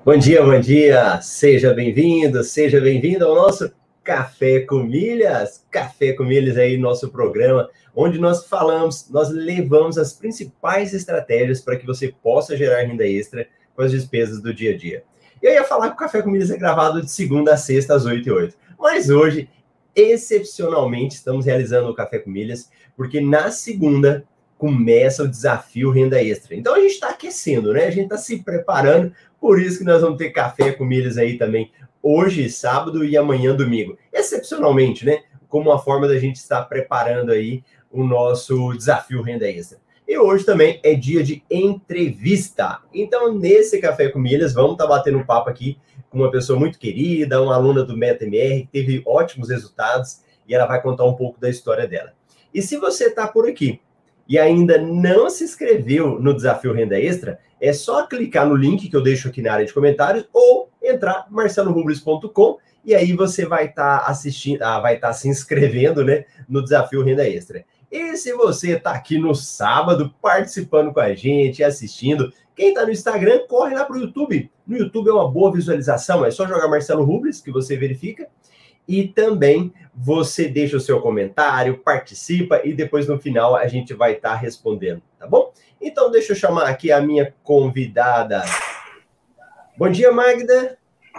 Bom dia, seja bem-vindo ao nosso Café com Milhas. Café com Milhas aí, nosso programa, onde nós levamos as principais estratégias para que você possa gerar renda extra com as despesas do dia a dia. Eu ia falar que o Café com Milhas é gravado de segunda a sexta, às 8h08, mas hoje, excepcionalmente, estamos realizando o Café com Milhas, porque na segunda começa o desafio renda extra. Então a gente está aquecendo, né? A gente está se preparando. Por isso que nós vamos ter café com milhas aí também, hoje, sábado, e amanhã, domingo. Excepcionalmente, né? Como uma forma da gente estar preparando aí o nosso desafio renda extra. E hoje também é dia de entrevista. Então, nesse Café com Milhas, vamos estar batendo um papo aqui com uma pessoa muito querida, uma aluna do MetaMR, que teve ótimos resultados, e ela vai contar um pouco da história dela. E se você está por aqui e ainda não se inscreveu no Desafio Renda Extra, é só clicar no link que eu deixo aqui na área de comentários ou entrar marcelorubles.com e aí você vai estar assistindo, vai estar se inscrevendo, né, no Desafio Renda Extra. E se você está aqui no sábado participando com a gente, assistindo, quem está no Instagram, corre lá para o YouTube. No YouTube é uma boa visualização, é só jogar Marcelo Rubles que você verifica. E também você deixa o seu comentário, participa e depois no final a gente vai estar respondendo, tá bom? Então deixa eu chamar aqui a minha convidada. Bom dia, Magda.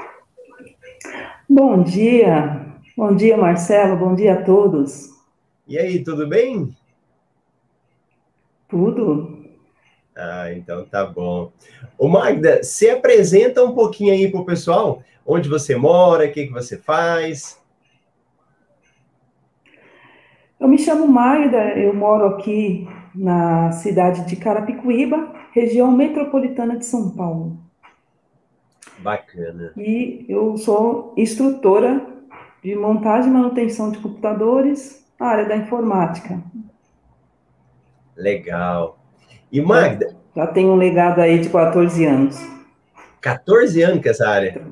Bom dia, Marcelo, bom dia a todos. E aí, tudo bem? Tudo. Então tá bom. Ô Magda, se apresenta um pouquinho aí pro pessoal, onde você mora, o que você faz? Eu me chamo Magda, eu moro aqui na cidade de Carapicuíba, região metropolitana de São Paulo. Bacana. E eu sou instrutora de montagem e manutenção de computadores na área da informática. Legal. E Magda? Já tenho um legado aí de 14 anos. 14 anos com essa área?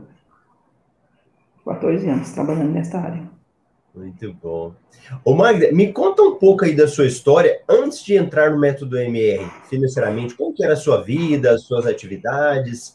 14 anos trabalhando nessa área. Muito bom. Ô Magda, me conta um pouco aí da sua história antes de entrar no método MR, financeiramente. Como que era a sua vida, as suas atividades?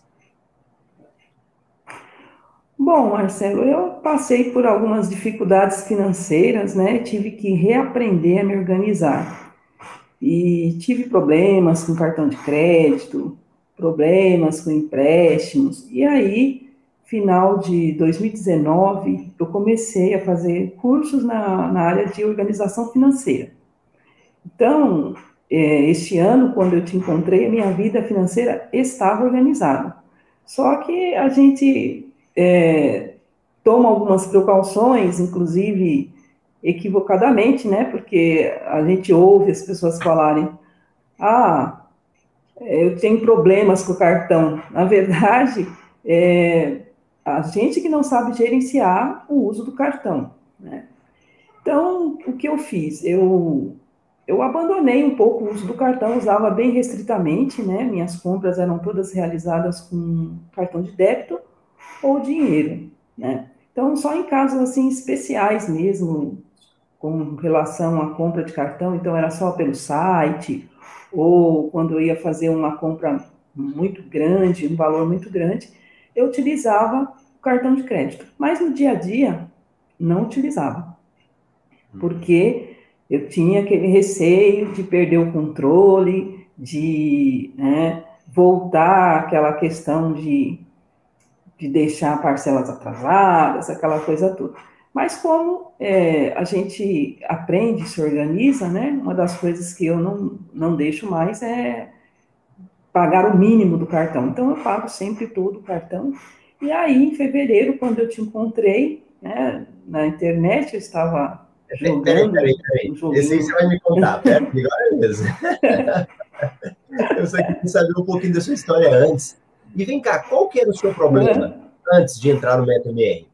Bom, Marcelo, eu passei por algumas dificuldades financeiras, né? Tive que reaprender a me organizar. E tive problemas com cartão de crédito, problemas com empréstimos. E aí, final de 2019, eu comecei a fazer cursos na área de organização financeira. Então, este ano, quando eu te encontrei, a minha vida financeira estava organizada. Só que a gente toma algumas precauções, inclusive equivocadamente, né? Porque a gente ouve as pessoas falarem: eu tenho problemas com o cartão. Na verdade, a gente que não sabe gerenciar o uso do cartão, né? Então, o que eu fiz? Eu abandonei um pouco o uso do cartão, usava bem restritamente, né? Minhas compras eram todas realizadas com cartão de débito ou dinheiro, né? Então, só em casos assim especiais mesmo, com relação à compra de cartão, então era só pelo site, ou quando eu ia fazer uma compra muito grande, um valor muito grande, eu utilizava o cartão de crédito. Mas no dia a dia, não utilizava, porque eu tinha aquele receio de perder o controle, de voltar àquela questão de deixar parcelas atrasadas, aquela coisa toda. Mas como a gente aprende, se organiza, né? Uma das coisas que eu não deixo mais é pagar o mínimo do cartão. Então, eu pago sempre todo o cartão. E aí, em fevereiro, quando eu te encontrei, né, na internet, eu estava jogando Peraí. Esse aí você vai me contar, pera, agora mesmo. Eu só queria saber um pouquinho da sua história antes. E vem cá, qual que era o seu problema antes de entrar no método MR?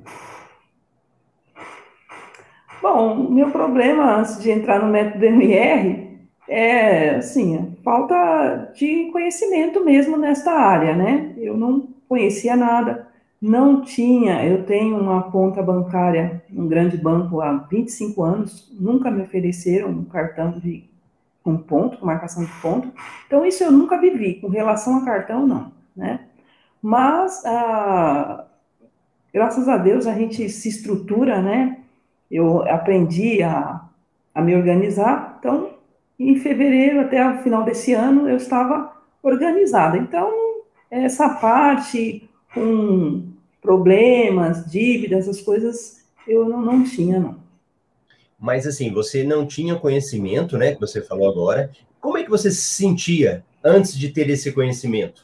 Bom, meu problema antes de entrar no método MR é, assim, a falta de conhecimento mesmo nesta área, né? Eu não conhecia nada, não tinha, eu tenho uma conta bancária, um grande banco há 25 anos, nunca me ofereceram um cartão com ponto, com marcação de ponto, então isso eu nunca vivi, com relação a cartão não, né? Mas, graças a Deus, a gente se estrutura, né? Eu aprendi a me organizar, então, em fevereiro até o final desse ano, eu estava organizada. Então, essa parte com problemas, dívidas, as coisas, eu não tinha, não. Mas assim, você não tinha conhecimento, né, que você falou agora. Como é que você se sentia antes de ter esse conhecimento?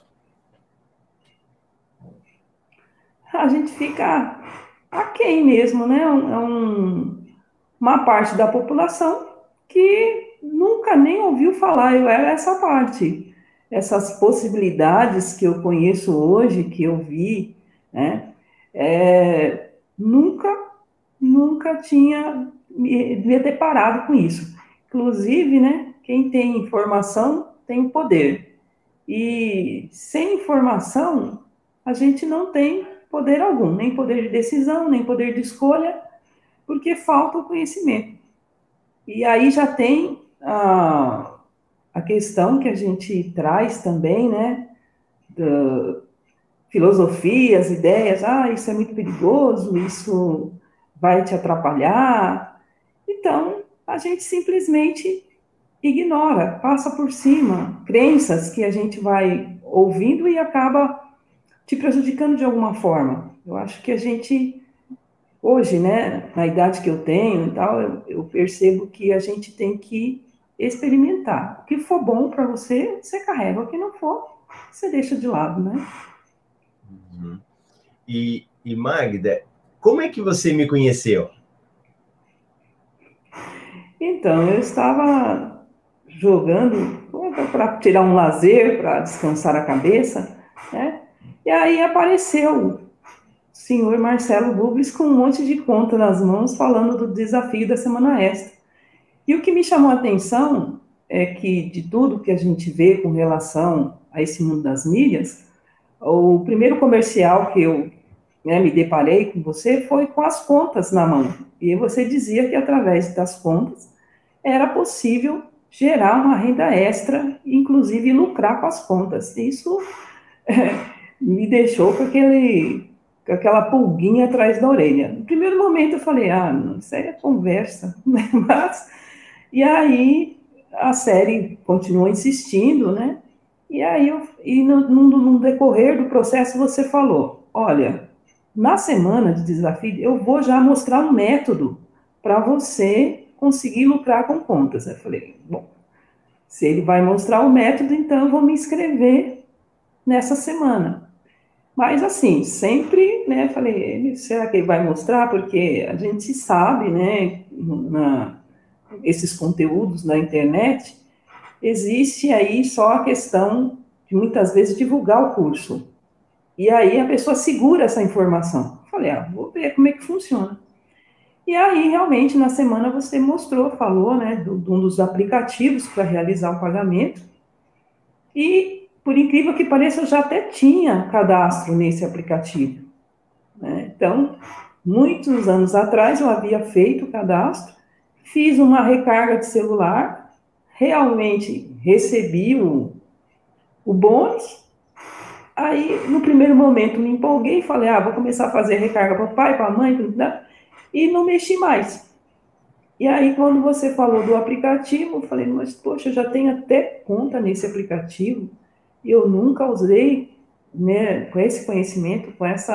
A gente fica aquém mesmo, né? Uma parte da população que nunca nem ouviu falar, eu era essa parte. Essas possibilidades que eu conheço hoje, que eu vi, né? Nunca, nunca tinha me deparado com isso. Inclusive, né? Quem tem informação tem poder. E sem informação, a gente não tem poder algum, nem poder de decisão, nem poder de escolha, porque falta o conhecimento. E aí já tem a questão que a gente traz também, né? Da filosofias, ideias, isso é muito perigoso, isso vai te atrapalhar. Então, a gente simplesmente ignora, passa por cima, crenças que a gente vai ouvindo e acaba te prejudicando de alguma forma. Eu acho que a gente, hoje, né, na idade que eu tenho e tal, eu percebo que a gente tem que experimentar. O que for bom para você, você carrega. O que não for, você deixa de lado, né? Uhum. E Magda, como é que você me conheceu? Então, eu estava jogando para tirar um lazer, para descansar a cabeça, né? E aí apareceu o senhor Marcelo Rubles com um monte de conta nas mãos, falando do desafio da semana extra. E o que me chamou a atenção é que, de tudo que a gente vê com relação a esse mundo das milhas, o primeiro comercial que eu, né, me deparei com você foi com as contas na mão. E você dizia que através das contas era possível gerar uma renda extra, inclusive lucrar com as contas. Isso me deixou com aquela pulguinha atrás da orelha. No primeiro momento eu falei, isso aí é conversa, né? E aí a série continuou insistindo, né? E aí, no decorrer do processo, você falou: olha, na semana de desafio, eu vou já mostrar um método para você conseguir lucrar com contas. Eu falei: bom, se ele vai mostrar o método, então eu vou me inscrever nessa semana. Mas assim, sempre, né, falei, será que ele vai mostrar? Porque a gente sabe, né, esses conteúdos na internet, existe aí só a questão de muitas vezes divulgar o curso. E aí a pessoa segura essa informação. Falei, vou ver como é que funciona. E aí, realmente, na semana você mostrou, falou, né, de um dos aplicativos para realizar o pagamento. E, por incrível que pareça, eu já até tinha cadastro nesse aplicativo, né? Então, muitos anos atrás eu havia feito o cadastro, fiz uma recarga de celular, realmente recebi o bônus. Aí, no primeiro momento, me empolguei e falei, vou começar a fazer recarga para o pai, para a mãe, né? E não mexi mais. E aí, quando você falou do aplicativo, eu falei, mas, poxa, eu já tenho até conta nesse aplicativo e eu nunca usei, né, com esse conhecimento,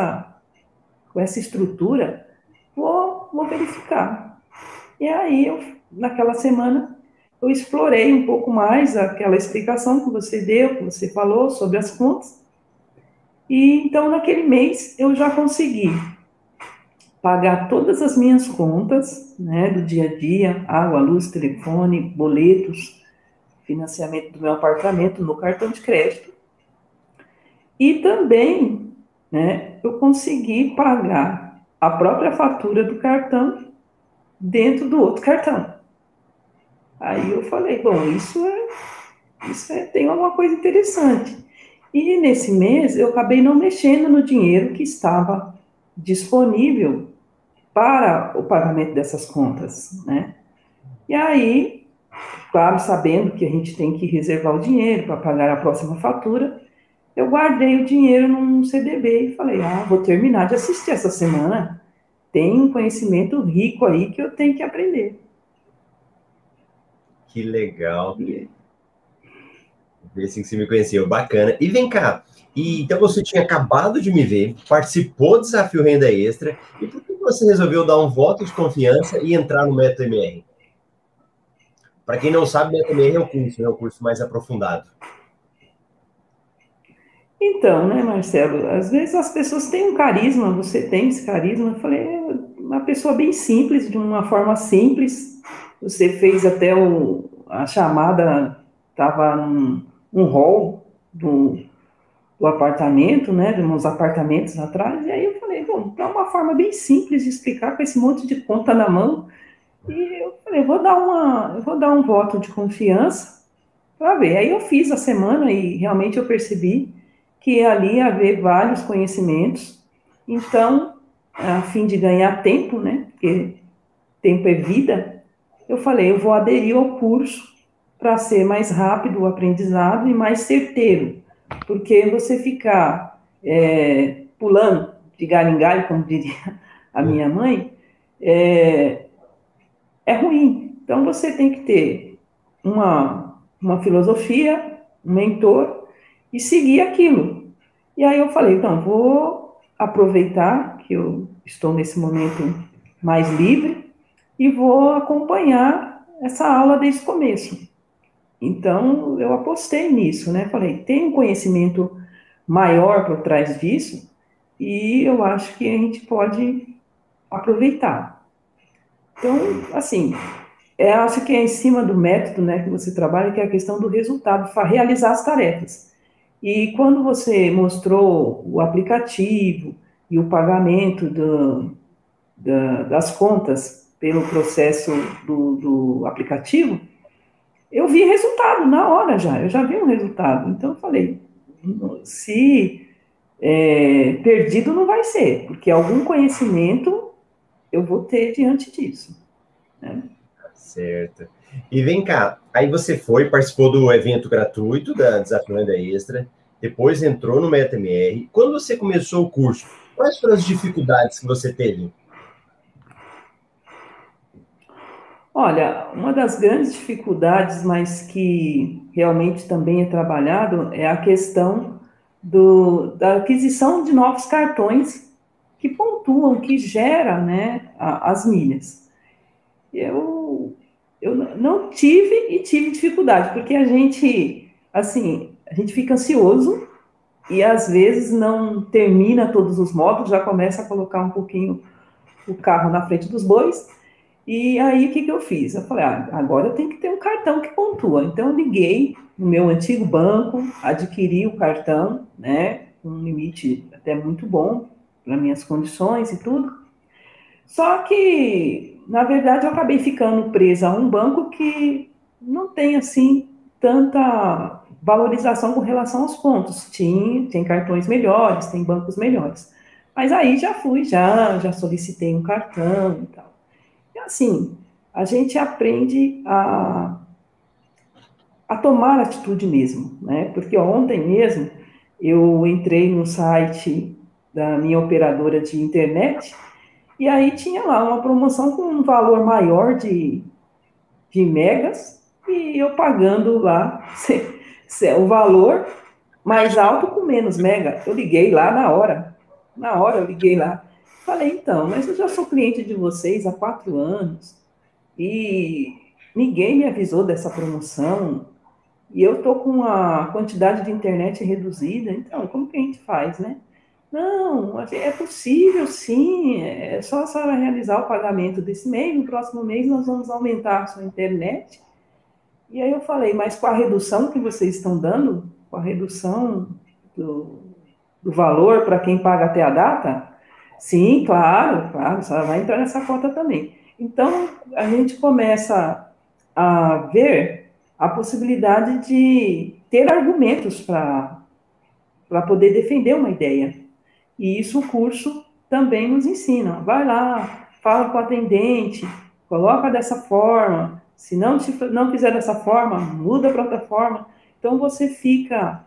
com essa estrutura, vou verificar. E aí, naquela semana, eu explorei um pouco mais aquela explicação que você deu, que você falou sobre as contas. E então, naquele mês, eu já consegui pagar todas as minhas contas, né, do dia a dia, água, luz, telefone, boletos, financiamento do meu apartamento no cartão de crédito. E também, né, eu consegui pagar a própria fatura do cartão dentro do outro cartão. Aí eu falei, bom, tem alguma coisa interessante. E nesse mês eu acabei não mexendo no dinheiro que estava disponível para o pagamento dessas contas, né? E aí, claro, sabendo que a gente tem que reservar o dinheiro para pagar a próxima fatura, eu guardei o dinheiro num CDB e falei, vou terminar de assistir essa semana. Tem um conhecimento rico aí que eu tenho que aprender. Que legal. Assim que você me conheceu, bacana. E vem cá, então você tinha acabado de me ver, participou do Desafio Renda Extra, e por que você resolveu dar um voto de confiança e entrar no Método MR? Para quem não sabe, Método MR é o curso, né? O curso mais aprofundado. Então, né, Marcelo, às vezes as pessoas têm um carisma, você tem esse carisma. Eu falei, uma pessoa bem simples, de uma forma simples. Você fez até a chamada, estava num hall do apartamento, né, de uns apartamentos atrás, e aí eu falei, bom, é uma forma bem simples de explicar com esse monte de conta na mão, e eu falei, eu vou dar um voto de confiança para ver. Aí eu fiz a semana e realmente eu percebi que ali ia haver vários conhecimentos, então, a fim de ganhar tempo, né, porque tempo é vida, eu falei, eu vou aderir ao curso para ser mais rápido o aprendizado e mais certeiro, porque você ficar pulando de galho em galho, como diria a minha mãe, é, é ruim. Então você tem que ter uma filosofia, um mentor e seguir aquilo. E aí eu falei, então, vou aproveitar que eu estou nesse momento mais livre e vou acompanhar essa aula desde o começo. Então, eu apostei nisso, né? Falei, tem um conhecimento maior por trás disso e eu acho que a gente pode aproveitar. Então, assim, acho que é em cima do método, né, que você trabalha, que é a questão do resultado, realizar as tarefas. E quando você mostrou o aplicativo e o pagamento das contas pelo processo do aplicativo, eu vi resultado na hora já, eu já vi um resultado. Então eu falei, se perdido não vai ser, porque algum conhecimento eu vou ter diante disso, né? Certo. E vem cá, aí você participou do evento gratuito da Desafio Renda Extra, depois entrou no MetaMR. Quando você começou o curso, quais foram as dificuldades que você teve? Olha, uma das grandes dificuldades, mas que realmente também é trabalhado, é a questão da aquisição de novos cartões que pontuam, que gera, né, as milhas. Eu não tive e tive dificuldade, porque a gente fica ansioso e às vezes não termina todos os módulos, já começa a colocar um pouquinho o carro na frente dos bois. E aí, o que eu fiz? Eu falei, agora eu tenho que ter um cartão que pontua. Então, eu liguei no meu antigo banco, adquiri o cartão, né, com um limite até muito bom para minhas condições e tudo. Só que, na verdade, eu acabei ficando presa a um banco que não tem, assim, tanta valorização com relação aos pontos. Tem cartões melhores, tem bancos melhores. Mas aí já fui, já solicitei um cartão e tal. E assim, a gente aprende a tomar atitude mesmo, né? Porque ontem mesmo eu entrei no site da minha operadora de internet e aí tinha lá uma promoção com um valor maior de megas e eu pagando lá o valor mais alto com menos mega. Eu liguei lá na hora eu liguei lá. Falei, então, mas eu já sou cliente de vocês há 4 anos e ninguém me avisou dessa promoção e eu tô com a quantidade de internet reduzida, então como que a gente faz, né? Não, é possível sim, é só a senhora realizar o pagamento desse mês, no próximo mês nós vamos aumentar a sua internet. E aí eu falei, mas com a redução que vocês estão dando, com a redução do valor para quem paga até a data, sim, claro, claro, a senhora vai entrar nessa cota também. Então, a gente começa a ver a possibilidade de ter argumentos para poder defender uma ideia. E isso o curso também nos ensina. Vai lá, fala com o atendente, coloca dessa forma. Se não fizer dessa forma, muda para outra forma. Então você fica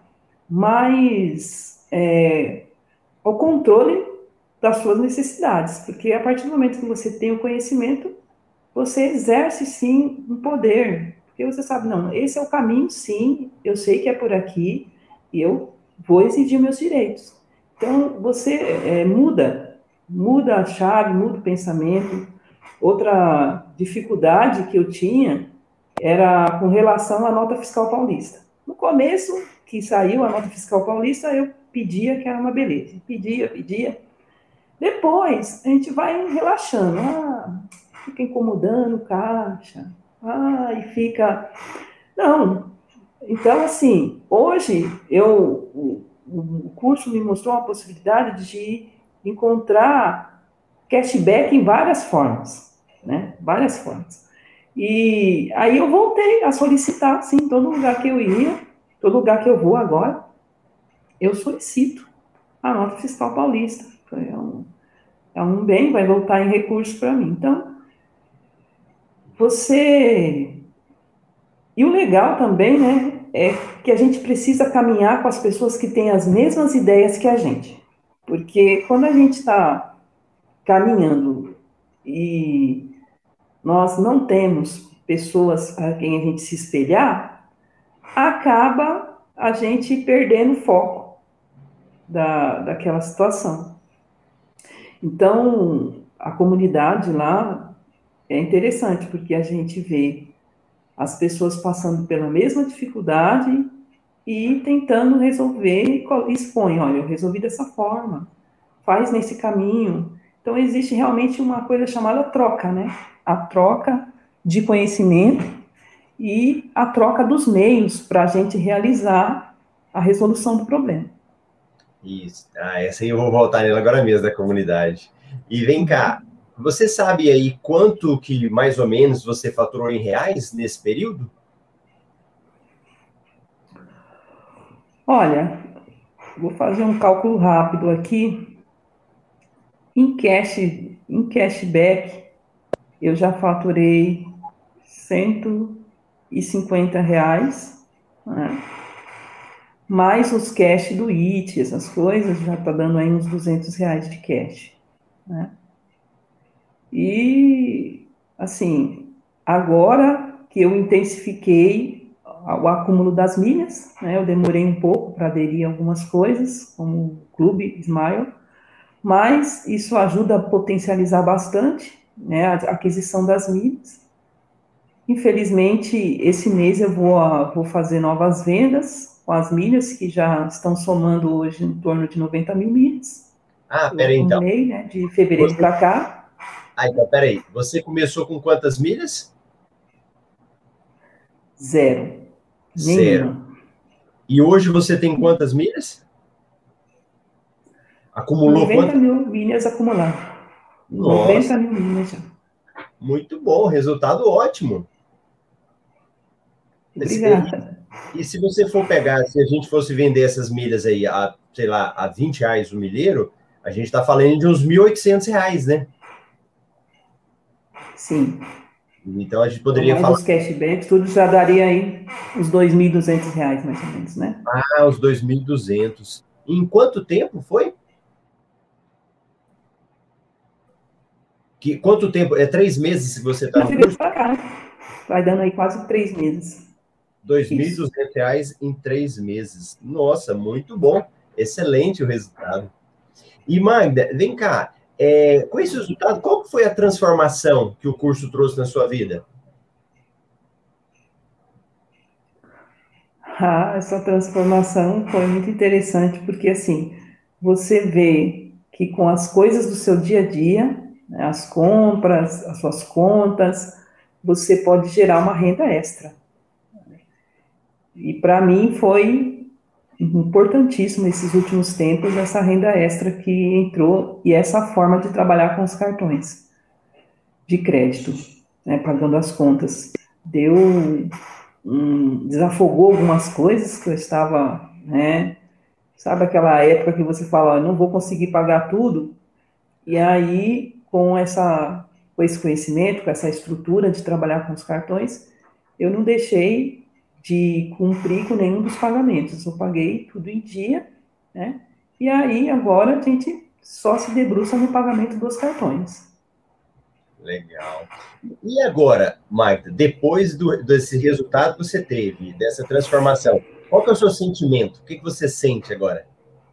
mais ao controle das suas necessidades, porque a partir do momento que você tem o conhecimento, você exerce, sim, um poder, porque você sabe, não, esse é o caminho, sim, eu sei que é por aqui, e eu vou exigir meus direitos. Então, você muda a chave, muda o pensamento. Outra dificuldade que eu tinha era com relação à nota fiscal paulista. No começo, que saiu a nota fiscal paulista, eu pedia que era uma beleza. Pedia. Depois, a gente vai relaxando. Fica incomodando o caixa. E fica... Não. Então, assim, hoje, o curso me mostrou uma possibilidade de encontrar cashback em várias formas, né? Várias formas. E aí eu voltei a solicitar, sim, todo lugar que eu ia, todo lugar que eu vou agora, eu solicito a nota fiscal paulista. É um bem, vai voltar em recurso para mim. Então, você... E o legal também, né, é que a gente precisa caminhar com as pessoas que têm as mesmas ideias que a gente. Porque quando a gente está caminhando e nós não temos pessoas a quem a gente se espelhar, acaba a gente perdendo o foco daquela situação. Então, a comunidade lá é interessante, porque a gente vê as pessoas passando pela mesma dificuldade e tentando resolver, e expõe, olha, eu resolvi dessa forma, faz nesse caminho. Então, existe realmente uma coisa chamada troca, né? A troca de conhecimento e a troca dos meios para a gente realizar a resolução do problema. Isso. Essa aí eu vou voltar nela agora mesmo, da comunidade. E vem cá, você sabe aí quanto que mais ou menos você faturou em reais nesse período? Olha, vou fazer um cálculo rápido aqui. Em cashback, eu já faturei R$ 150, né? Mais os cash do IT, essas coisas, já está dando aí uns R$ 200 de cash, né? E, assim, agora que eu intensifiquei o acúmulo das milhas, né? Eu demorei um pouco para aderir a algumas coisas, como o Clube Smile, mas isso ajuda a potencializar bastante, né, a aquisição das milhas. Infelizmente, esse mês eu vou fazer novas vendas com as milhas, que já estão somando hoje em torno de 90 mil milhas. Eu Peraí então. acumulei, né, de fevereiro para cá. Então, peraí. Você começou com quantas milhas? Zero. Zero. Nenhuma. E hoje você tem quantas milhas? Acumulou 90 quantas? mil milhas acumuladas. Nossa, 90 mil milhas já. muito bom, resultado ótimo. Obrigada. E se você for pegar, se a gente fosse vender essas milhas aí a, sei lá, a R$ 20 o milheiro, a gente está falando de uns R$ 1.800, né? Sim. Então a gente Então, poderia mais falar, os cashbacks, tudo já daria aí uns R$ 2.200, mais ou menos, né? os 2.200. Em quanto tempo foi? Quanto tempo? É 3 meses que você está De no fevereiro curso? para cá, né? Vai dando aí quase 3 meses. Isso. R$ 2.200 em 3 meses. Nossa, muito bom. Excelente o resultado. E Magda, vem cá, com esse resultado, qual foi a transformação que o curso trouxe na sua vida? Essa transformação foi muito interessante, porque assim, você vê que com as coisas do seu dia a dia, né, as compras, as suas contas, você pode gerar uma renda extra. E para mim foi importantíssimo esses últimos tempos essa renda extra que entrou e essa forma de trabalhar com os cartões de crédito, né, pagando as contas. Desafogou algumas coisas que eu estava, né? Sabe aquela época que você fala, não vou conseguir pagar tudo? E aí, com esse conhecimento, com essa estrutura de trabalhar com os cartões, eu não deixei de cumprir com nenhum dos pagamentos. Eu paguei tudo em dia, né? E aí, agora, a gente só se debruça no pagamento dos cartões. Legal. E agora, Magda, depois desse resultado que você teve, dessa transformação, qual que é o seu sentimento? O que você sente agora?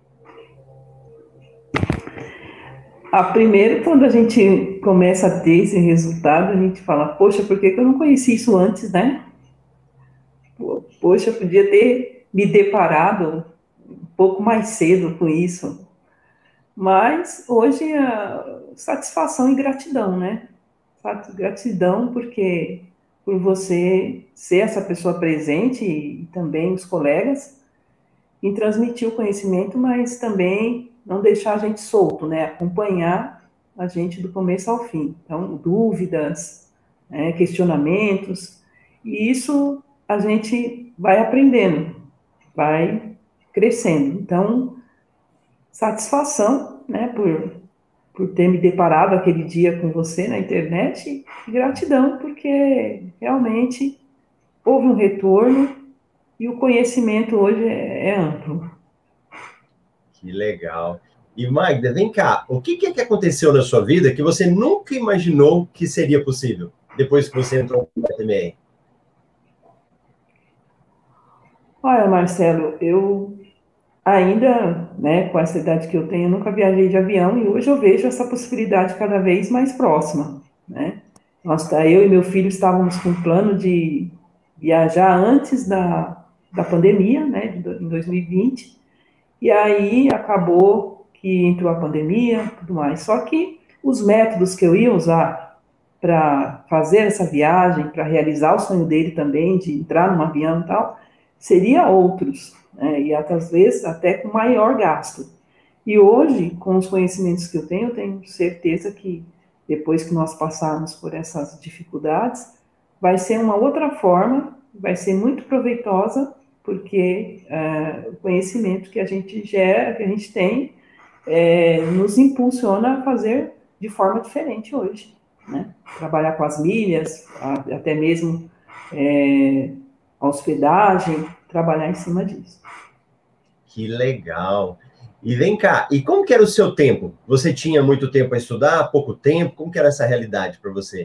Primeiro, quando a gente começa a ter esse resultado, a gente fala, poxa, por que eu não conheci isso antes, né? Poxa, eu podia ter me deparado um pouco mais cedo com isso. Mas hoje satisfação e gratidão, né? Gratidão porque por você ser essa pessoa presente e também os colegas em transmitir o conhecimento, mas também não deixar a gente solto, né? Acompanhar a gente do começo ao fim. Então, dúvidas, questionamentos, e isso a gente vai aprendendo, vai crescendo. Então, satisfação, né, por ter me deparado aquele dia com você na internet, e gratidão, porque realmente houve um retorno e o conhecimento hoje é amplo. Que legal. E Magda, vem cá, o que é que aconteceu na sua vida que você nunca imaginou que seria possível depois que você entrou no FMR? Olha, Marcelo, eu ainda, né, com essa idade que eu tenho, eu nunca viajei de avião e hoje eu vejo essa possibilidade cada vez mais próxima, né? Eu e meu filho estávamos com um plano de viajar antes da pandemia, né, em 2020, e aí acabou que entrou a pandemia e tudo mais. Só que os métodos que eu ia usar para fazer essa viagem, para realizar o sonho dele também, de entrar num avião e tal, seria outros, né? E às vezes até com maior gasto. E hoje, com os conhecimentos que eu tenho certeza que depois que nós passarmos por essas dificuldades, vai ser uma outra forma, vai ser muito proveitosa, porque o conhecimento que a gente gera, que a gente tem, nos impulsiona a fazer de forma diferente hoje, né? Trabalhar com as milhas, até mesmo a hospedagem, trabalhar em cima disso. Que legal. E vem cá, e como que era o seu tempo? Você tinha muito tempo para estudar, pouco tempo? Como que era essa realidade para você?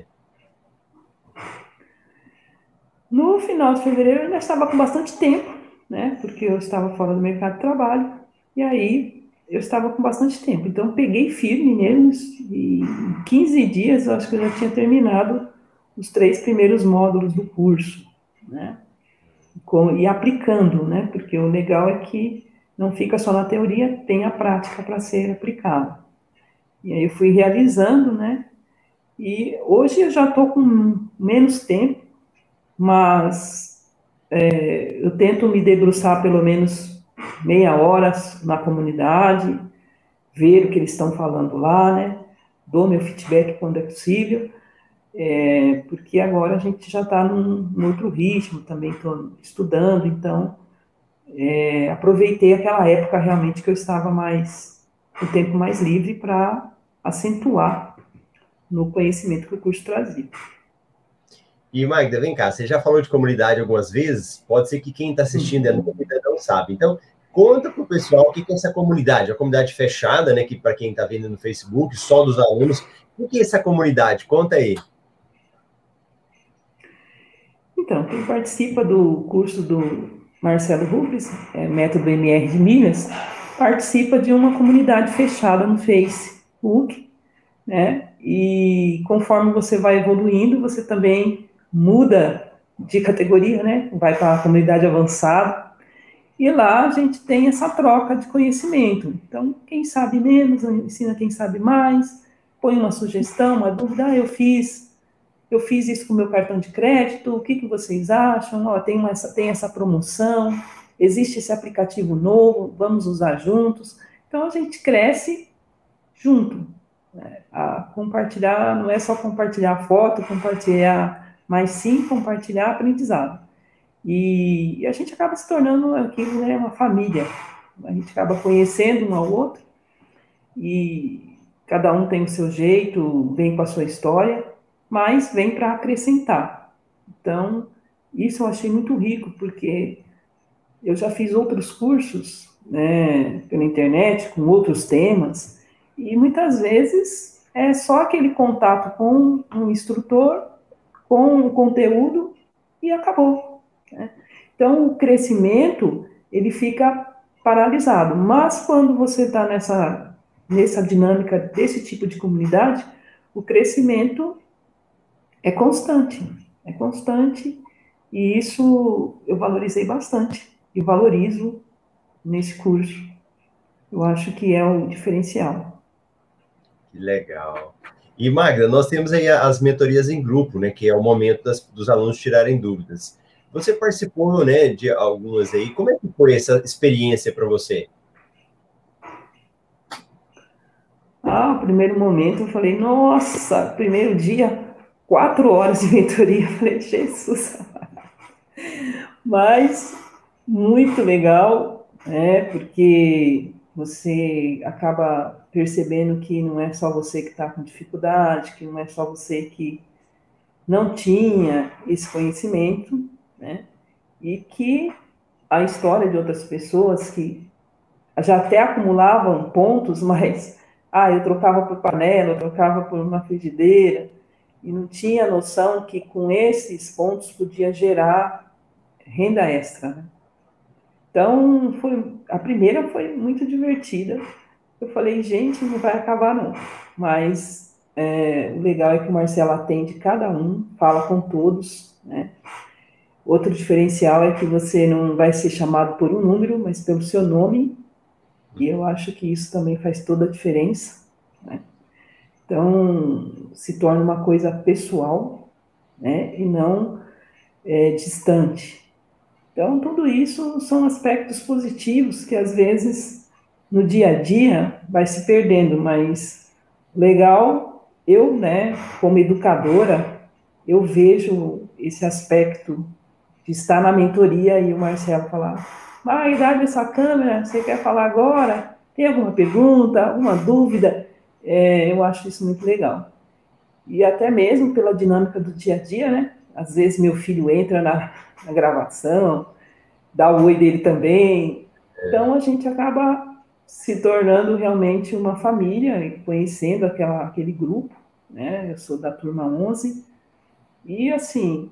No final de fevereiro eu ainda estava com bastante tempo, né? Porque eu estava fora do mercado de trabalho, e aí eu estava com bastante tempo. Então peguei firme neles e em 15 dias eu acho que eu já tinha terminado os 3 primeiros módulos do curso, né? E aplicando, né? Porque o legal é que não fica só na teoria, tem a prática para ser aplicada. E aí eu fui realizando, né? E hoje eu já estou com menos tempo, mas eu tento me debruçar pelo menos meia hora na comunidade, ver o que eles estão falando lá, né? Dou meu feedback quando é possível, porque agora a gente já está num outro ritmo, também estou estudando, então aproveitei aquela época realmente que eu estava o tempo mais livre para acentuar no conhecimento que o curso trazia. E Magda, vem cá, você já falou de comunidade algumas vezes, pode ser que quem está assistindo ainda não sabe. Então, conta para o pessoal o que é essa comunidade, a comunidade fechada, né, que para quem está vendo no Facebook, só dos alunos. O que é essa comunidade? Conta aí. Então, quem participa do curso do Marcelo Rubens, Método MR de Milhas, participa de uma comunidade fechada no Facebook, né? E conforme você vai evoluindo, você também muda de categoria, né? Vai para a comunidade avançada. E lá a gente tem essa troca de conhecimento. Então, quem sabe menos, ensina quem sabe mais, põe uma sugestão, uma dúvida, eu fiz isso com o meu cartão de crédito, o que vocês acham? Tem essa promoção, existe esse aplicativo novo, vamos usar juntos. Então, a gente cresce junto. A compartilhar, não é só compartilhar foto, compartilhar, mas sim compartilhar aprendizado. E a gente acaba se tornando aquilo, né, uma família. A gente acaba conhecendo um ao outro e cada um tem o seu jeito, vem com a sua história, mas vem para acrescentar. Então, isso eu achei muito rico, porque eu já fiz outros cursos, né, pela internet, com outros temas, e muitas vezes é só aquele contato com um instrutor, com o conteúdo, e acabou, né? Então, o crescimento, ele fica paralisado. Mas quando você está nessa dinâmica desse tipo de comunidade, o crescimento é constante, e isso eu valorizei bastante, e valorizo nesse curso. Eu acho que é o diferencial. Que legal. E, Magda, nós temos aí as mentorias em grupo, né, que é o momento dos alunos tirarem dúvidas. Você participou, né, de algumas aí. Como é que foi essa experiência para você? O primeiro momento eu falei, nossa, primeiro dia, 4 horas de mentoria. Eu falei, Jesus. Mas muito legal, né? Porque você acaba percebendo que não é só você que está com dificuldade, que não é só você que não tinha esse conhecimento, né? E que a história de outras pessoas que já até acumulavam pontos, mas eu trocava por panela, eu trocava por uma frigideira, e não tinha noção que com esses pontos podia gerar renda extra, né? Então, a primeira foi muito divertida. Eu falei, gente, não vai acabar não. Mas o legal é que o Marcelo atende cada um, fala com todos, né? Outro diferencial é que você não vai ser chamado por um número, mas pelo seu nome, e eu acho que isso também faz toda a diferença, né? Então, se torna uma coisa pessoal, né? E não distante. Então, tudo isso são aspectos positivos que, às vezes, no dia a dia, vai se perdendo, mas legal, eu, né, como educadora, eu vejo esse aspecto de estar na mentoria e o Marcelo falar, a idade dessa câmera, você quer falar agora? Tem alguma pergunta, alguma dúvida? Eu acho isso muito legal. E até mesmo pela dinâmica do dia a dia, né? Às vezes meu filho entra na gravação, dá o oi dele também. Então a gente acaba se tornando realmente uma família, e conhecendo aquele grupo, né? Eu sou da turma 11, e assim,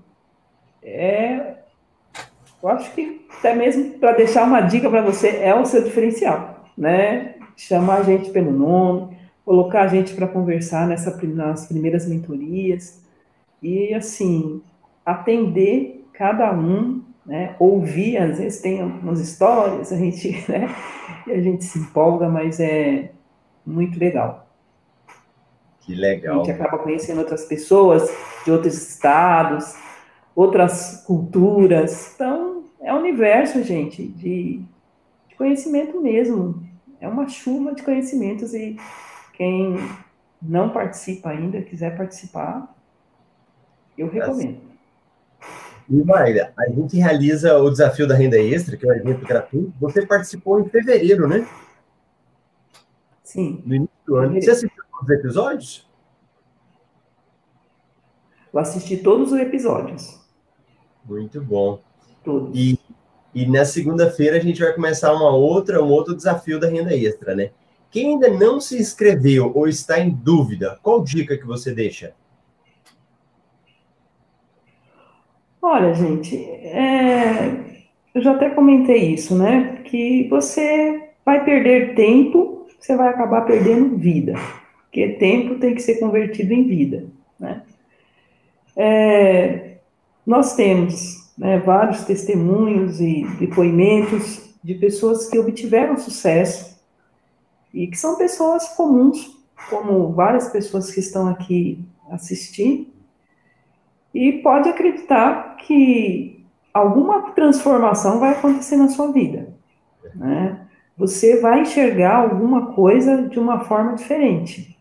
eu acho que até mesmo para deixar uma dica para você, é o seu diferencial, né? Chamar a gente pelo nome, colocar a gente para conversar nas primeiras mentorias, e assim, atender cada um, né? Ouvir, às vezes tem umas histórias, a gente, né? E a gente se empolga, mas é muito legal. Que A gente legal. acaba conhecendo outras pessoas de outros estados, outras culturas. Então, é um universo, gente, de conhecimento mesmo. É uma chuva de conhecimentos, e quem não participa ainda, quiser participar, eu recomendo. E, Magda, a gente realiza o desafio da renda extra, que é um evento gratuito. Você participou em fevereiro, né? Sim, No início do ano. Você fevereiro. assistiu todos os episódios? Eu assisti todos os episódios, Muito bom. E, todos. e na segunda-feira a gente vai começar um outro desafio da renda extra, né? Quem ainda não se inscreveu ou está em dúvida, qual dica que você deixa? Olha, gente, eu já até comentei isso, né? Que você vai perder tempo, você vai acabar perdendo vida, porque tempo tem que ser convertido em vida, né? Nós temos, né, vários testemunhos e depoimentos de pessoas que obtiveram sucesso e que são pessoas comuns, como várias pessoas que estão aqui assistindo, e pode acreditar que alguma transformação vai acontecer na sua vida, né? Você vai enxergar alguma coisa de uma forma diferente.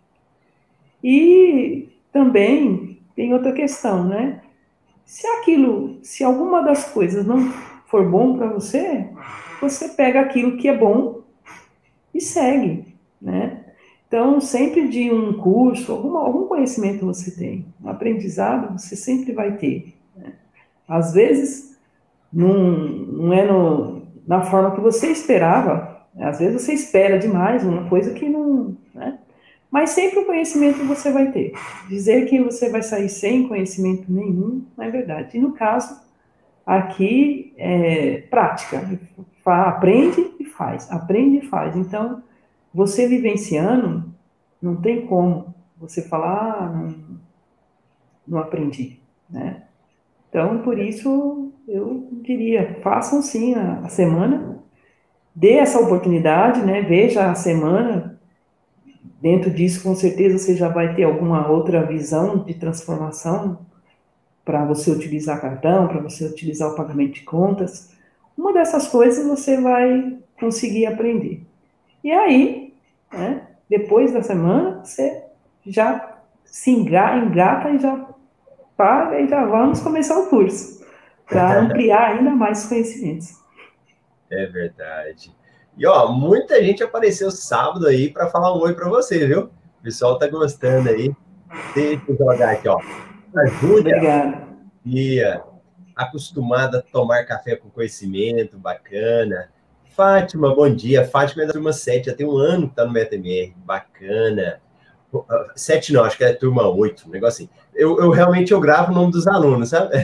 E também tem outra questão, né? Se alguma das coisas não for bom para você, você pega aquilo que é bom e segue, né? Então, sempre de um curso, algum conhecimento você tem, um aprendizado você sempre vai ter, né? Às vezes, não é na forma que você esperava. Às vezes você espera demais, uma coisa que não... Né? Mas sempre o conhecimento você vai ter. Dizer que você vai sair sem conhecimento nenhum, não é verdade. E no caso, aqui, é prática. Aprende e faz. Aprende e faz. Então, você vivenciando, não tem como você falar, não aprendi, né? Então, por isso, eu diria, façam sim a semana, dê essa oportunidade, né? Veja a semana, dentro disso, com certeza, você já vai ter alguma outra visão de transformação para você utilizar cartão, para você utilizar o pagamento de contas. Uma dessas coisas você vai conseguir aprender. E aí, né, depois da semana, você já se engata e já paga e já vamos começar o curso, para ampliar ainda mais os conhecimentos. É verdade. E, ó, muita gente apareceu sábado aí para falar um oi para você, viu? O pessoal tá gostando aí. Deixa eu jogar aqui, ó. A Júlia, Obrigada. acostumada a tomar café com conhecimento, bacana. Fátima, bom dia. Fátima é da turma 7, já tem um ano que tá no MetaMR, bacana. 7 não, acho que é turma 8, um negócio assim. Eu realmente gravo o nome dos alunos, sabe?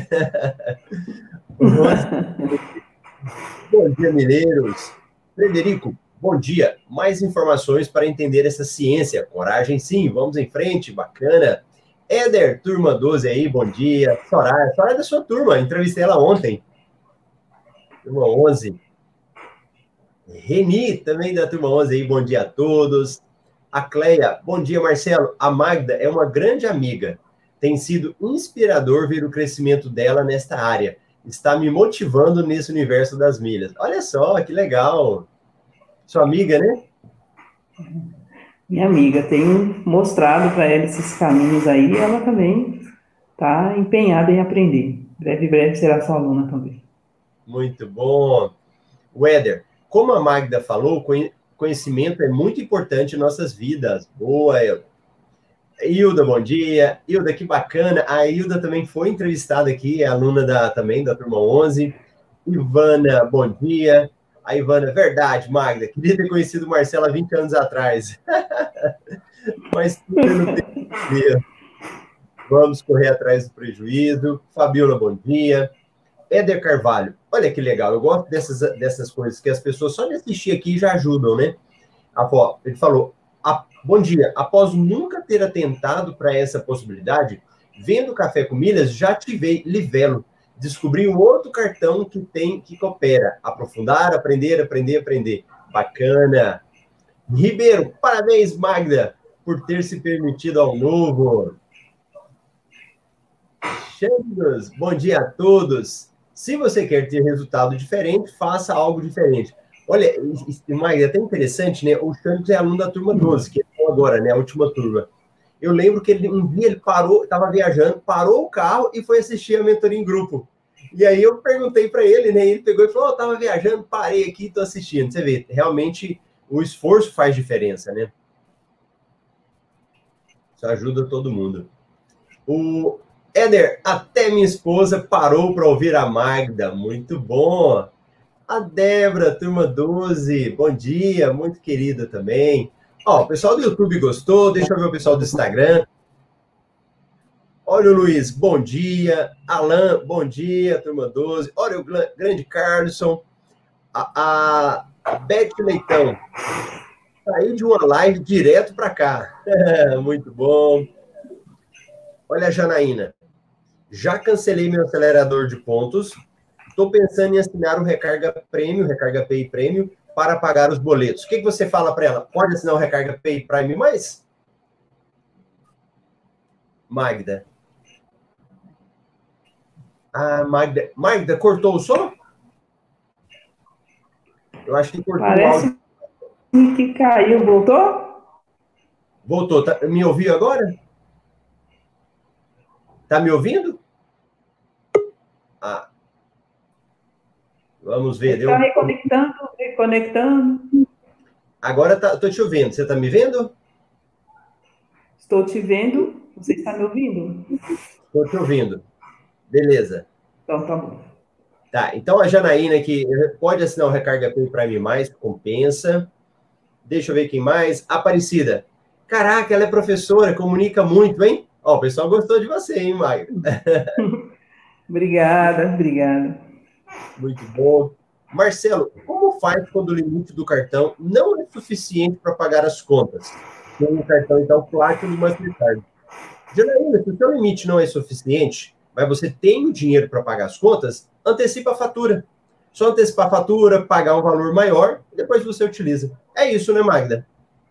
Bom dia, mineiros. Frederico, bom dia. Mais informações para entender essa ciência. Coragem, sim. Vamos em frente. Bacana. Éder, turma 12 aí, bom dia. Soraya é da sua turma. Entrevistei ela ontem. Turma 11. Reni, também da turma 11 aí, bom dia a todos. A Cleia, bom dia, Marcelo. A Magda é uma grande amiga. Tem sido inspirador ver o crescimento dela nesta área. Está me motivando nesse universo das milhas. Olha só, que legal. Sua amiga, né? Minha amiga, tenho mostrado para ela esses caminhos aí, e ela também está empenhada em aprender. Breve será sua aluna também. Muito bom. Weder, como a Magda falou, conhecimento é muito importante em nossas vidas. Boa, Hilda. Hilda, bom dia. Hilda, que bacana. A Hilda também foi entrevistada aqui, é aluna também da turma 11. Ivana, bom dia. A Ivana, verdade, Magda, queria ter conhecido o Marcelo há 20 anos atrás. Mas tudo é no tempo mesmo. Vamos correr atrás do prejuízo. Fabiola, bom dia. Éder Carvalho, olha que legal, eu gosto dessas coisas que as pessoas só de assistir aqui já ajudam, né? Ele falou, bom dia, após nunca ter atentado para essa possibilidade, vendo Café com Milhas, já ativei Livelo, descobri um outro cartão que coopera, aprofundar, aprender. Bacana. Ribeiro, parabéns, Magda, por ter se permitido ao novo. Xandos, bom dia a todos. Se você quer ter resultado diferente, faça algo diferente. Olha, Magda, é até interessante, né? O Xandos é aluno da turma 12, que é agora, né? A última turma. Eu lembro que um dia ele parou, estava viajando, parou o carro e foi assistir a mentoria em grupo. E aí eu perguntei para ele, né? Ele pegou e falou: estava viajando, parei aqui e estou assistindo. Você vê, realmente o esforço faz diferença, né? Isso ajuda todo mundo. O Éder, até minha esposa parou para ouvir a Magda. Muito bom. A Débora, turma 12, bom dia, muito querida também. Ó, o pessoal do YouTube gostou, deixa eu ver o pessoal do Instagram. Olha o Luiz, bom dia. Alan, bom dia, turma 12. Olha o grande Carlson. A Beth Leitão. Saiu de uma live direto para cá. Muito bom. Olha a Janaína. Já cancelei meu acelerador de pontos. Estou pensando em assinar o Recarga Pay Premium, para pagar os boletos. O que você fala para ela? Pode assinar o Recarga Pay Prime mais? Magda. Ah, Magda, cortou o som? Eu acho que cortou o áudio. Parece que caiu. Voltou? Voltou. Me ouviu agora? Tá me ouvindo? Ah. Vamos ver. Está reconectando. Agora estou te ouvindo. Você está me vendo? Estou te vendo. Você está me ouvindo? Estou te ouvindo. Beleza. Então, tá bom. Tá, então a Janaína aqui pode assinar o Recarga Pay Prime Mais, compensa. Deixa eu ver quem mais. Aparecida. Caraca, ela é professora, comunica muito, hein? Ó, o pessoal gostou de você, hein, Maio? Obrigada, obrigada. Muito bom. Marcelo, como faz quando o limite do cartão não é suficiente para pagar as contas? Tem um cartão, então, Platinum e Mastercard. Janaína, se o seu limite não é suficiente, mas você tem o dinheiro para pagar as contas, antecipa a fatura. Só antecipar a fatura, pagar um valor maior, e depois você utiliza. É isso, né, Magda?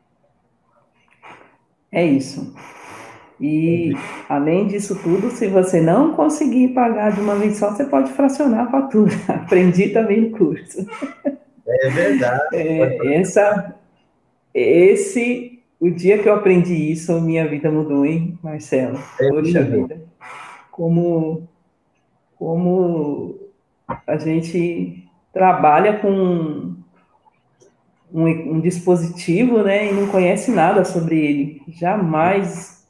É isso. E, além disso tudo, se você não conseguir pagar de uma vez só, você pode fracionar a fatura. Aprendi também no curso. É verdade. O dia que eu aprendi isso, minha vida mudou, hein, Marcelo? É Poxa mesmo. vida. Como a gente trabalha com um dispositivo, né, e não conhece nada sobre ele. Jamais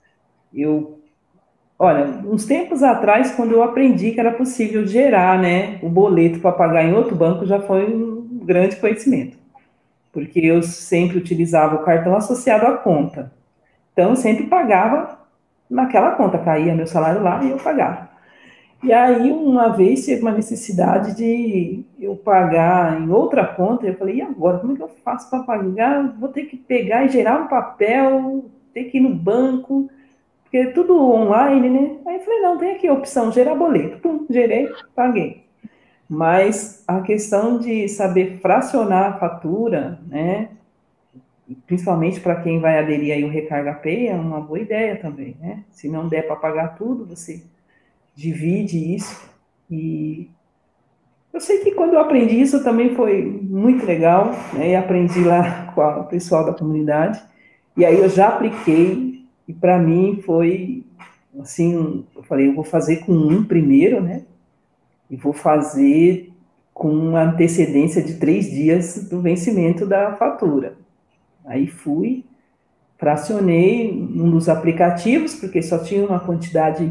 Olha, uns tempos atrás, quando eu aprendi que era possível gerar, né, o boleto para pagar em outro banco, já foi um grande conhecimento, porque eu sempre utilizava o cartão associado à conta. Então, eu sempre pagava naquela conta, caía meu salário lá e eu pagava. E aí, uma vez, teve uma necessidade de eu pagar em outra conta, eu falei, e agora, como é que eu faço para pagar? Vou ter que pegar e gerar um papel, ter que ir no banco, porque é tudo online, né? Aí eu falei, não, tem aqui a opção, gerar boleto. Pum, gerei, paguei. Mas a questão de saber fracionar a fatura, né? Principalmente para quem vai aderir aí o Recarga Pay, é uma boa ideia também, né? Se não der para pagar tudo, você divide isso. E eu sei que quando eu aprendi isso também foi muito legal, né? E aprendi lá com o pessoal da comunidade. E aí eu já apliquei, e para mim foi assim, eu falei, eu vou fazer com um primeiro, né? E vou fazer com uma antecedência de 3 dias do vencimento da fatura. Aí fui, fracionei um dos aplicativos, porque só tinha uma quantidade,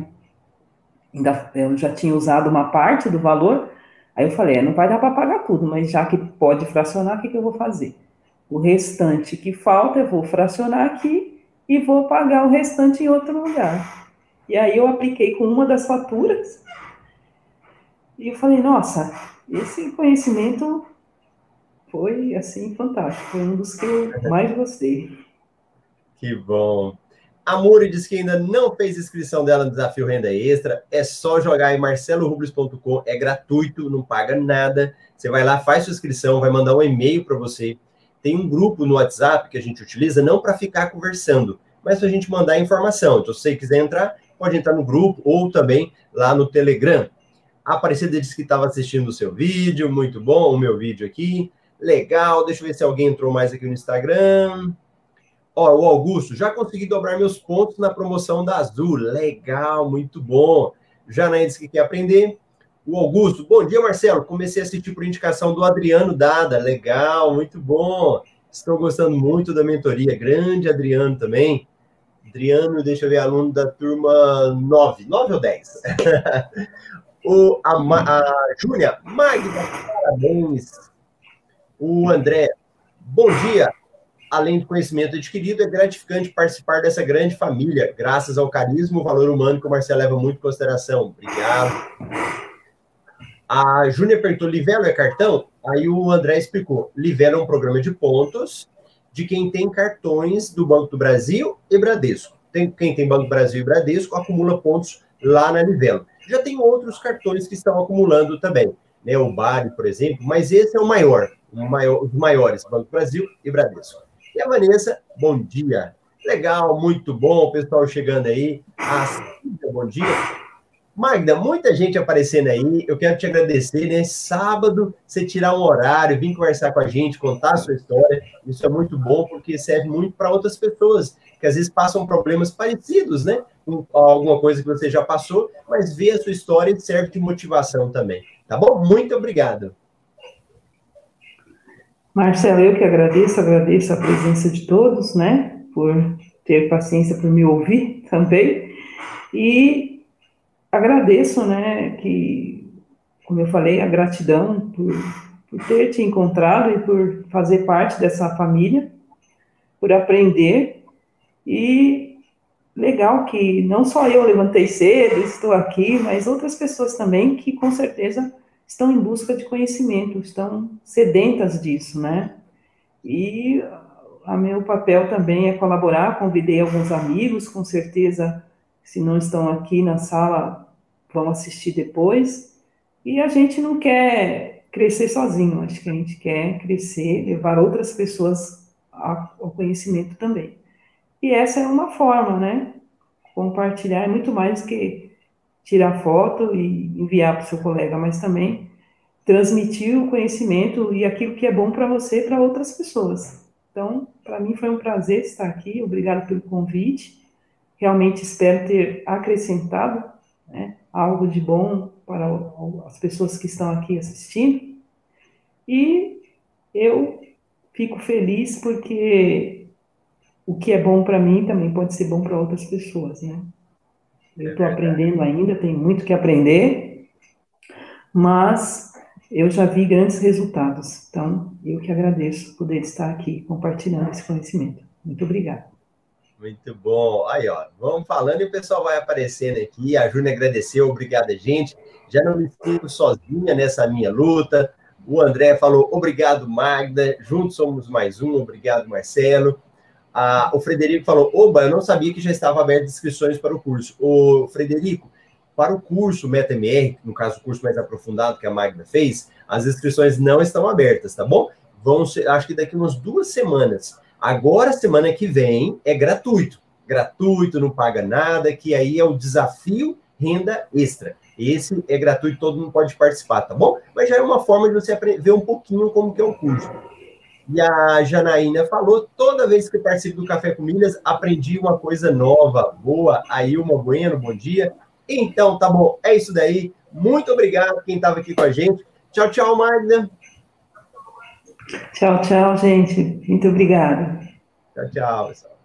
eu já tinha usado uma parte do valor, aí eu falei, não vai dar para pagar tudo, mas já que pode fracionar, o que eu vou fazer? O restante que falta, eu vou fracionar aqui e vou pagar o restante em outro lugar. E aí eu apliquei com uma das faturas e eu falei, nossa, esse conhecimento foi, assim, fantástico. Foi um dos que eu mais gostei. Que bom. A Muri diz que ainda não fez inscrição dela no Desafio Renda Extra. É só jogar em marcelorubles.com. É gratuito, não paga nada. Você vai lá, faz sua inscrição, vai mandar um e-mail para você. Tem um grupo no WhatsApp que a gente utiliza não para ficar conversando, mas para a gente mandar informação. Então, se você quiser entrar, pode entrar no grupo ou também lá no Telegram. A Aparecida disse que estava assistindo o seu vídeo, muito bom, o meu vídeo aqui. Legal, deixa eu ver se alguém entrou mais aqui no Instagram. Ó, o Augusto, já consegui dobrar meus pontos na promoção da Azul. Legal, muito bom. Janaína disse que quer aprender. O Augusto, bom dia, Marcelo. Comecei a assistir por indicação do Adriano Dada. Legal, muito bom. Estou gostando muito da mentoria. Grande Adriano também. Adriano, deixa eu ver, aluno da turma 9. 9 ou 10? A Júlia, Magda, parabéns. O André, bom dia. Além do conhecimento adquirido, é gratificante participar dessa grande família, graças ao carisma e valor humano que o Marcelo leva muito em consideração. Obrigado. A Júnia perguntou, Livelo é cartão? Aí o André explicou, Livelo é um programa de pontos de quem tem cartões do Banco do Brasil e Bradesco. Quem tem Banco do Brasil e Bradesco acumula pontos lá na Livelo. Já tem outros cartões que estão acumulando também, né? O Bari, por exemplo, mas esse é o maior, os maiores, Banco do Brasil e Bradesco. E a Vanessa, bom dia. Legal, muito bom, o pessoal chegando aí. A Cida, bom dia. Magda, muita gente aparecendo aí, eu quero te agradecer, né? Sábado, você tirar um horário, vir conversar com a gente, contar a sua história, isso é muito bom, porque serve muito para outras pessoas, que às vezes passam problemas parecidos, né? Com alguma coisa que você já passou, mas ver a sua história serve de motivação também, tá bom? Muito obrigado. Marcelo, eu que agradeço a presença de todos, né? Por ter paciência por me ouvir também. E agradeço, né, que como eu falei, a gratidão por ter te encontrado e por fazer parte dessa família, por aprender. E legal que não só eu levantei cedo, estou aqui, mas outras pessoas também que com certeza estão em busca de conhecimento, estão sedentas disso, né? E o meu papel também é colaborar, convidei alguns amigos, com certeza, se não estão aqui na sala, vão assistir depois. E a gente não quer crescer sozinho, acho que a gente quer crescer, levar outras pessoas ao conhecimento também. E essa é uma forma, né? Compartilhar é muito mais que tirar foto e enviar para o seu colega, mas também transmitir o conhecimento e aquilo que é bom para você para outras pessoas. Então, para mim foi um prazer estar aqui, obrigado pelo convite. Realmente espero ter acrescentado, né, algo de bom para as pessoas que estão aqui assistindo. E eu fico feliz porque o que é bom para mim também pode ser bom para outras pessoas, né? Eu estou aprendendo ainda, tenho muito que aprender, mas eu já vi grandes resultados. Então, eu que agradeço poder estar aqui compartilhando esse conhecimento. Muito obrigada. Muito bom. Aí, ó, vamos falando e o pessoal vai aparecendo aqui. A Júnia agradeceu, obrigada, gente. Já não me sinto sozinha nessa minha luta. O André falou, obrigado, Magda. Juntos somos mais um. Obrigado, Marcelo. O Frederico falou, oba, eu não sabia que já estava aberto inscrições para o curso. O Frederico, para o curso MetaMR, no caso o curso mais aprofundado que a Magda fez, as inscrições não estão abertas, tá bom? Vão ser, acho que daqui umas 2 semanas. Agora, semana que vem, é gratuito. Gratuito, não paga nada, que aí é o desafio renda extra. Esse é gratuito, todo mundo pode participar, tá bom? Mas já é uma forma de você ver um pouquinho como que é o curso. E a Janaína falou, toda vez que participo do Café com Milhas, aprendi uma coisa nova, boa. A Ilma Bueno, bom dia. Então, tá bom, é isso daí. Muito obrigado quem estava aqui com a gente. Tchau, tchau, Magda. Tchau, tchau, gente. Muito obrigada. Tchau, tchau, pessoal.